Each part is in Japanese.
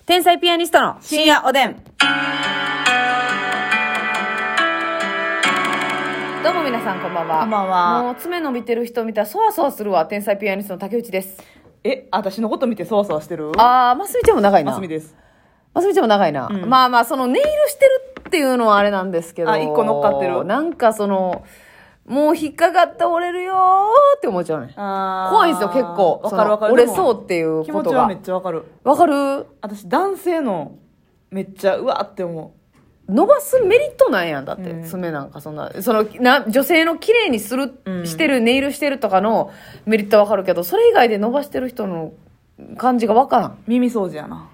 天才ピアニストの深夜おでん。どうも皆さんこんばんは。 こんばんは。 もう爪伸びてる人見たらそわそわするわ。天才ピアニストの竹内です。 私のこと見てそわそわしてる？ ますみちゃんも長いな。 ますみです。 ますみちゃんも長いな。まあそのネイルしてるっていうのはあれなんですけど。 一個乗っかってる。 なんかもう引っかかって折れるよーって思っちゃうね。怖いんですよ、結構。 わかるわかる。 折れそうっていうことが。 気持ちはめっちゃわかる。 わかる？ 私、男性のめっちゃうわって思う。伸ばすメリットなんやんだって、爪なんか女性の綺麗にしてる、ネイルしてるとかのメリットはわかるけど、それ以外で伸ばしてる人の感じがわからん。 耳掃除やな。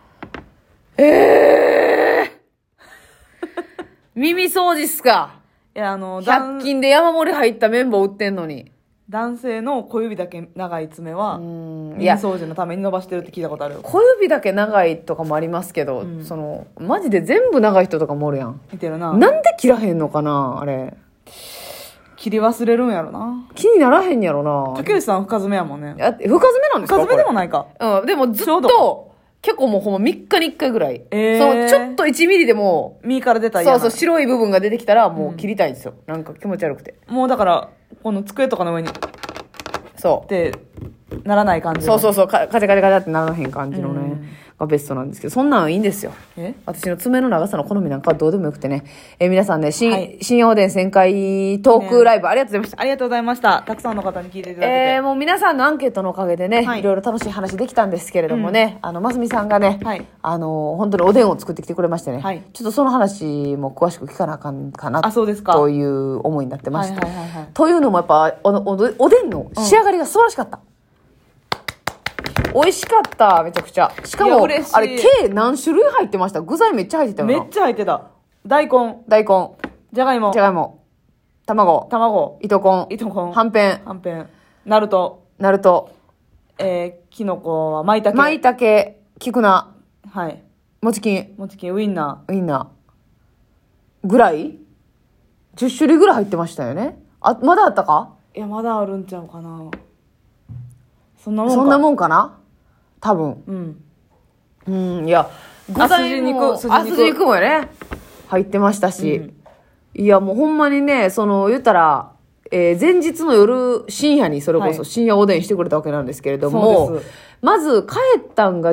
耳掃除っすか。100均で山盛り入った綿棒売ってんのに。 男性の小指だけ長い爪は耳掃除のために伸ばしてるって聞いたことある。 小指だけ長いとかもありますけど、マジで全部長い人とかもおるやん。 見てるな。 なんで切らへんのかなあれ。 切り忘れるんやろな。 気にならへんやろな。 竹内さん深爪やもんね。 深爪なんですか？ 深爪でもないか。 でもずっと結構もうほんま3日に1回ぐらい。ちょっと1ミリでも身から出たらそう白い部分が出てきたらもう切りたいんですよ。なんか気持ち悪くて。 もうだからこの机とかの上にってならない感じ。 そうカチャカチャカチャってならへん感じのね、がベストなんですけど、そんなんいいんですよ。私の爪の長さの好みなんかはどうでもよくてね。皆さんね、深夜おでん1000回トークライブ、ありがとうございました。 ありがとうございました。たくさんの方に聞いていただけて。 もう皆さんのアンケートのおかげでね、いろいろ楽しい話できたんですけれどもね、ますみさんがね、本当におでんを作ってきてくれましてね、ちょっとその話も詳しく聞かなあかんかなという思いになってました。というのもやっぱおでんの仕上がりが素晴らしかった。美味しかった、めちゃくちゃ。しかも、あれ、計何種類入ってました？具材めっちゃ入ってたよな。 めっちゃ入ってた。大根。じゃがいも。 卵。糸こん。はんぺん。ナルト。 きのこは、まいたけ。菊菜。もちきん。 ウインナー。ぐらい ?10 種類ぐらい入ってましたよね。まだあったか？ いや、まだあるんちゃうかな。そんなもんかな多分。いや、具材も、筋肉もね、入ってましたし。いや、もうほんまにね、言ったら、前日の夜、深夜にそれこそ深夜おでんしてくれたわけなんですけれども、まず帰ったんが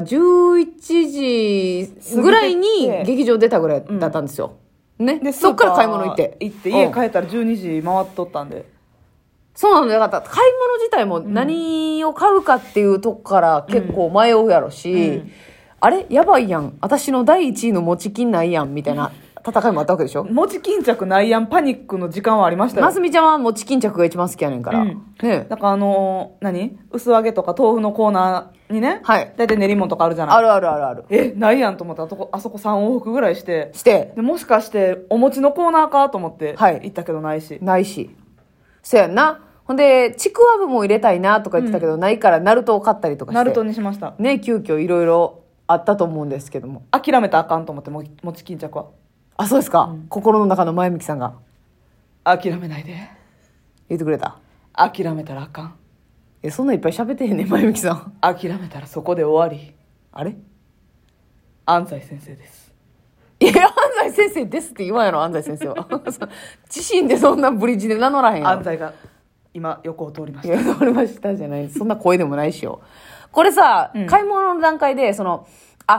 11時ぐらいに劇場出たぐらいだったんですよ。ね。で、そっから買い物行って。 家帰ったら12時回っとったんで。 そうなんだよかった。買い物自体も何を買うかっていうとこから結構迷うやろし、あれやばいやん。私の第一位のもち金ないやん。みたいな戦いもあったわけでしょ。 もち巾着ないやんパニックの時間はありましたよ。 ますみちゃんはもち巾着が一番好きやねんから。 だから薄揚げとか豆腐のコーナーにね、だいたい練り物とかあるじゃない。 ある。 ないやんと思ったらあそこ3往復ぐらいして。でもしかしてお餅のコーナーかと思って行ったけどないし。 そうやんな。ほんで、ちくわぶも入れたいなとか言ってたけど、ないからナルトを買ったりとかして。 ナルトにしました。 ね、急遽いろいろあったと思うんですけども。 諦めたらあかんと思って、もち巾着は。 そうですか。心の中の前向きさんが。 諦めないで。 言ってくれた。 諦めたらあかん。 そんないっぱい喋ってへんねん、前向きさん。 諦めたらそこで終わり。 あれ？ 安西先生です。 安西先生ですって言わんやろ、安西先生は。自身でそんなブリッジで名乗らへんやろ。 安西が。今横を通りました。 通りましたじゃない。そんな声でもないしよ。これさ、買い物の段階で、こ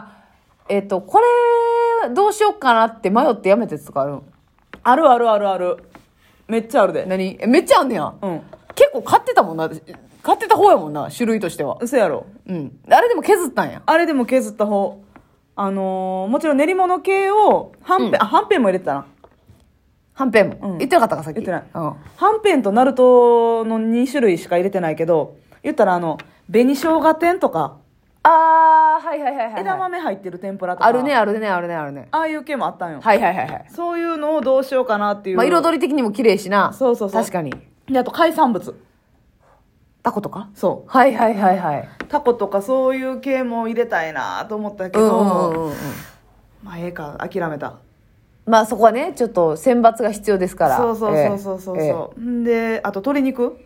れ、どうしようかなって迷ってやめたやつとかある？ ある。めっちゃあるで。 何？めっちゃあんねや。結構買ってたもんな。買ってた方やもんな、種類としては。 嘘やろ。 あれでも削ったんや。 あれでも削った方。もちろん練り物系を、はんぺんも入れてたな。 はんぺんも。言ってなかったか、さっき。 言ってない。はんぺんとナルトの2種類しか入れてないけど、言ったら紅生姜天とか。枝豆入ってる天ぷらとか。 あるね。 ああいう系もあったんよ。そういうのをどうしようかなっていう。 彩り的にも綺麗しな。 そう。 確かに。 で、あと海産物。 タコとか？ そう。タコとかそういう系も入れたいなと思ったけど、ええか、諦めた。 そこはね、ちょっと選抜が必要ですから。 そう。で、あと鶏肉？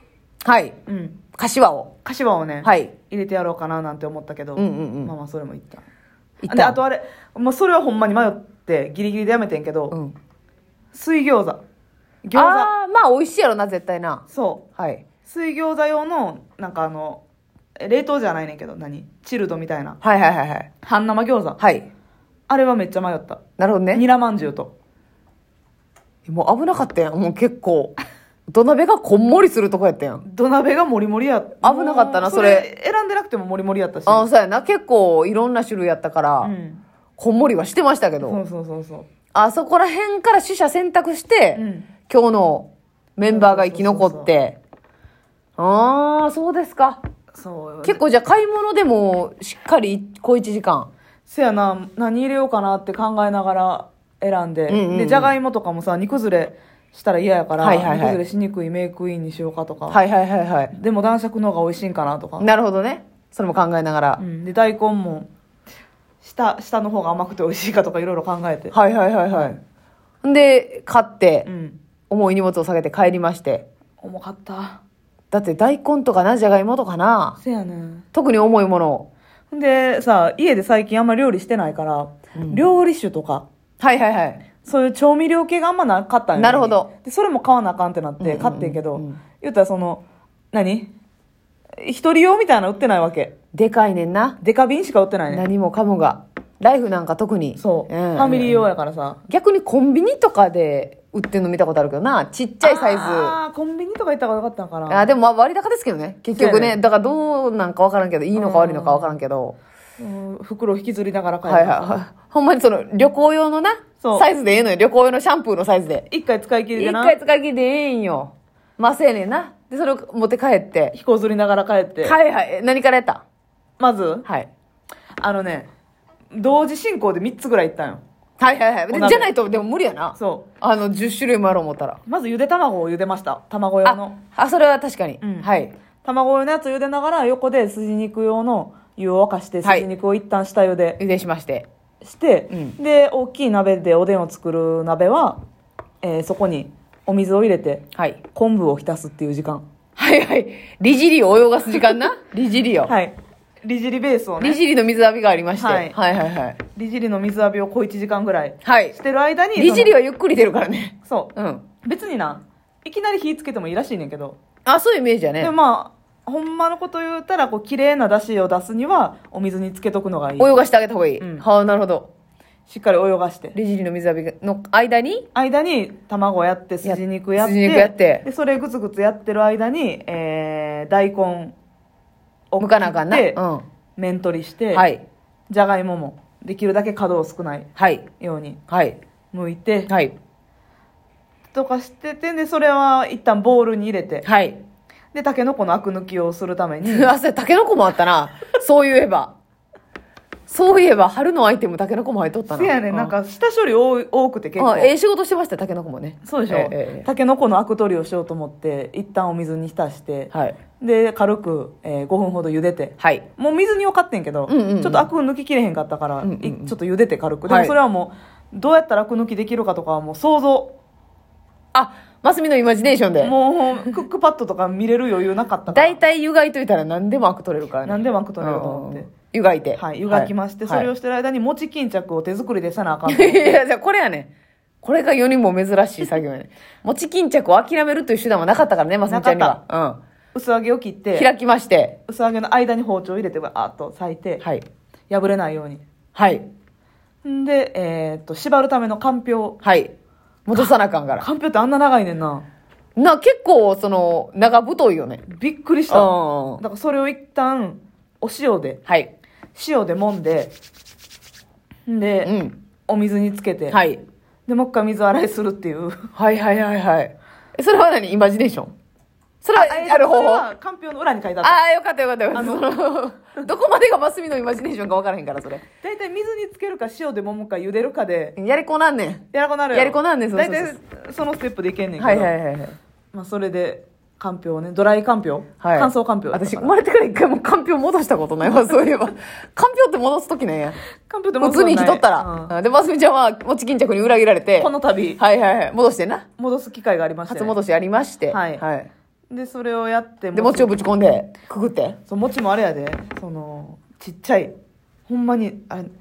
柏をね、 入れてやろうかななんて思ったけど、それもいった。 行ったで、あとあれ、もうそれはほんまに迷ってギリギリでやめてんけど、 うん。 水餃子。餃子。 ああ、まあ美味しいやろな、絶対な。 そう。 はい。 水餃子用の、なんか冷凍じゃないねんけど、チルドみたいな。 はいはいはいはい。 半生餃子。 はい。 あれはめっちゃ迷った。 なるほどね。 ニラまんじゅうと。 もう危なかったやん。もう結構。土鍋がこんもりするとこやったやん。 土鍋がもりもりやっ危なかったな、 もうそれ。 選んでなくてももりもりやったし。 ああ、そうやな。結構いろんな種類やったから、 うん。 こんもりはしてましたけど。 そうそうそうそう。 あそこら辺から取捨選択して、 うん今日のメンバーが生き残って。ああ、そうですか。 そう。 結構じゃあ買い物でもしっかり小1時間。 せやな、何入れようかなって考えながら選んで、 うんうんうんで、じゃがいもとかもさ、煮崩れしたら嫌やから、 はいはいはい煮崩れしにくいメイクインにしようかとか、 はいはいはいはい。 でも男爵の方が美味しいんかなとか、 なるほどね。それも考えながら。 うん、で、大根も、下の方が甘くて美味しいかとかいろいろ考えて。 はいはいはいはい。んで、買ってう、ん。 重い荷物を下げて帰りまして。 重かった。 だって大根とかな、じゃがいもとかな。 せやねん。 特に重いものを。 で、さ、家で最近あんま料理してないから、料理酒とか、 はいはいはい。 そういう調味料系があんまなかったんよ。 なるほど。 で、それも買わなあかんってなって買ってんけど、言ったら一人用みたいなの売ってないわけ。 でかいねんな。 デカ瓶しか売ってないねん。 何もかもが。ライフなんか特に。 そう。 んファミリー用やからさ。 逆にコンビニとかで売ってるの見たことあるけどな。ちっちゃいサイズ。 ああ、コンビニとか行った方がよかったのかな。 あでもまあ割高ですけどね。結局ね。 そうやねだからどうなんかわからんけど、いいのか悪いのかわからんけど。 袋引きずりながら帰る。 はいはいはい。ほんまにその旅行用のな、 そうサイズでええのよ。旅行用のシャンプーのサイズで。 一回使い切り一でな。 回使い切りでええんよ。まあせやねんな。で、それを持って帰って。 飛行ずりながら帰って。 はいはい。何からやったまず、 はい。 同時進行で3つぐらい行ったんよ。 はいはいはい。でお鍋じゃないと、でも無理やな。 そ 10種類もある思ったら。 う。まずゆで卵を茹でました。卵用の。 それは確かに。 うんはい。 卵用のやつを茹でながら、横で筋肉用の湯を沸かして、 はい筋肉を一旦下茹で茹でしまして。 して、 うんで、大きい鍋でおでんを作る鍋は、そこにお水を入れて、 はい。 昆布を浸すっていう時間。 はいはい。リジリを泳がす時間な。リジリを。 はい。リジリベースをね。 リジリの水浴びがありまして。 ははいいはいはい。 リジリの水浴びを小1時間ぐらいはいし。てる間に、 リジリはゆっくり出るからね。 そう。 うん。 別にな、いきなり火つけてもいいらしいねんけど。 あ、そういうイメージやね。 でもまあ、ほんまのこと言うたら、綺麗な出汁を出すには、お水につけとくのがいい。 泳がしてあげた方がいい。 うんはあ、なるほど。 しっかり泳がして。 リジリの水浴びの間に、 間に卵やって筋肉やって筋肉やってでそれグツグツやってる間に、大根をむかなあかんな。 切ってうん。 面取りして、 はい。 じゃがいももできるだけ角を少ないはい。 ようにはい。 剥いて、 はい。 とかしてて、でそれは一旦ボウルに入れて、 はい。 でタケノコのアク抜きをするためにあ、そうや、タケノコもあったな。そういえば。そういえば、春のアイテムタケノコも入っとったな。 せやねん、なんか下処理多くて結構。 仕事してましたよ、タケノコもね。 そうでしょ、タケノコのアク取りをしようと思って一旦お水に浸して、 はい。 で軽く、5分ほど茹でて、 はい。 もう水にはかってんけど、 うんうんうんちょっとアク抜ききれへんかったから、 うんうんうんちょっと茹でて軽く。ではいもそれはもう、どうやったらアク抜きできるかとかはもう想像。 あ、マスミのイマジネーションで。 もう、クックパッドとか見れる余裕なかったから。 大体湯がいといたら何でもアク取れるからね。 何でもアク取れると思って。 湯がいて。 はい、湯がきまして、 はいそれをしてる間に餅巾着を手作りでせなあかんいと。 や、じゃあこれやね。これが世にも珍しい作業やね。餅巾着を諦めるという手段はなかったからね、マスミちゃんには。 薄揚げを切っうん。 て、 開きまして。 薄揚げの間に包丁を入れて、わーっと裂いて、 はい。 破れないように。 はい。 んで、縛るためのかんぴょう。 はい。戻さなあかんから。 かんぴょうってあんな長いねんな。 結構、長太いよね。 びっくりした。 うんだからそれを一旦、お塩で、 はい。 塩で揉んで、で、 うん。 お水につけて、 はい。 で、もう一回水洗いするっていう。 はいはいはいはい。それは何イマジネーションそれは、ある方それ法はかんぴょうの裏に書いてあった。 ああ、よかったよかったよかった。どこまでがマスミのイマジネーションか分からへんから、それ。 大体水につけるか塩で揉むか茹でるかで、 やりこなんねん。 やらこなるやりこなんねんそうそうそう大体そのステップでいけんねんけど。 はいはいはいはい。 まあそれで、かんぴょうね、ドライかんぴょう、 はい。 乾燥かんぴょうだった私、 から。 生まれてから一回もかんぴょう戻したことないわ、そういえば。かんぴょうって戻すときねんや。 かんぴょうでも普通に生きとったうんら。で、ますみちゃんは、餅巾着に裏切られて。 この度、 はいはいはい。戻してな。 戻す機会がありまして、 初戻しありまして。 はいはい。 で、それをやって、 で、餅をぶち込んで、くぐって。 そう、餅もあれやで、ちっちゃい、ほんまに、あれ、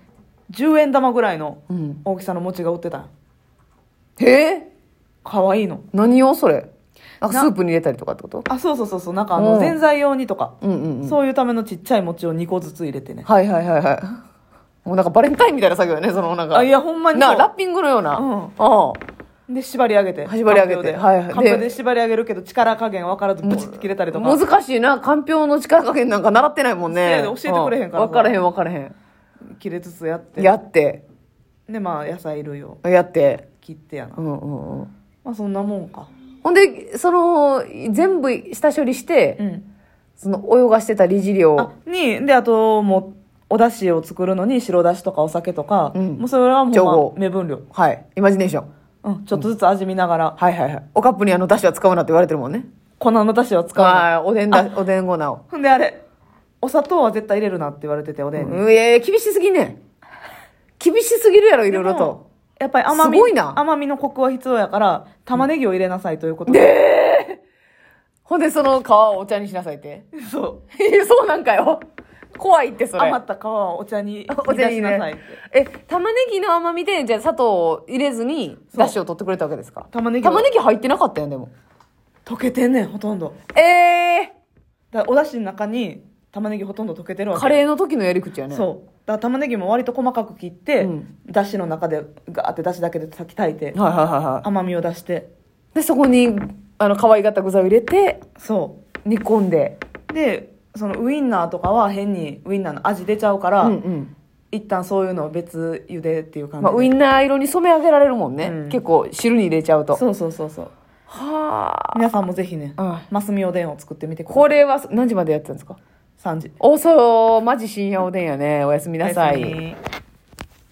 10円玉ぐらいのうん。 大きさの餅が売ってたん。 へえかわいいの。 何をそれなんかスープに入れたりとかってこと？ あ、そうそうそうそう。なんかうんぜんざい用にとか、 うんうんうん。 そういうためのちっちゃい餅を2個ずつ入れてね。 はいはいはいはい。もうなんかバレンタインみたいな作業よね、そのなんか。 あ、いや、ほんまにそう。 ラッピングのような。 うんあで、縛り上げて。 縛り上げてかんぴょうではいはいかんぴょうで縛り上げるけど、力加減分からずブチッて切れたりとか。 難しいな。かんぴょうの力加減なんか習ってないもんね。 教えてくれへんから分からへん分からへん。 切れつつやって。 やって。 で、まあ、野菜類をやって。 切ってやな。 うんうんうん。 まあ、そんなもんか。 ほんで、全部下処理して、 うん。 泳がしてた理事量。 で、あと、もう、お出汁を作るのに白だしとかお酒とか、 うんもうそれはもう、 調合目分量。 はい。イマジネーション。 うん、ちょっとずつ味見ながら、 はいはいはい。おカップに出汁は使うなって言われてるもんね。 粉の出汁を使うの。 はい。おでん粉を。 ほんであれ、お砂糖は絶対入れるなって言われてて、おでんに。 厳しすぎね。厳しすぎるやろ、いろいろと。 でもやっぱり甘み、 すごいな甘みのコクは必要やから、玉ねぎを入れなさいということで。 ほんで、その皮をお茶にしなさいって。 そう。 そうなんかよ。怖いって、それ。 余った皮をお茶にお茶にね出しなさいって。 玉ねぎの甘みで、じゃあ砂糖を入れずに、だしを取ってくれたわけですか？ 玉ねぎ入ってなかったよ、でも。 溶けてんねん、ほとんど。だからお出汁の中に玉ねぎほとんど溶けてるわけ。 カレーの時のやり口やね。 そう。だから玉ねぎも割と細かく切って、 うんだしの中でガーってだしだけで先炊いて、 はいはいはいはい。 甘みを出して、 で、そこに、可愛がった具材を入れて、 そ煮込んで。 う。で、そのウインナーとかは変にウインナーの味出ちゃうから、 うんうん。 一旦そういうのを別茹でっていう感じで。 ウインナー色に染め上げられるもんね。 うん結構汁に入れちゃうと。 そうそうそうそう。 はあ。 皆さんもぜひね、 うんマスミおでんを作ってみてください。 これは何時までやってたんですか？ 3時。 おそう、マジ深夜おでんやね。おやすみなさおやすい。 み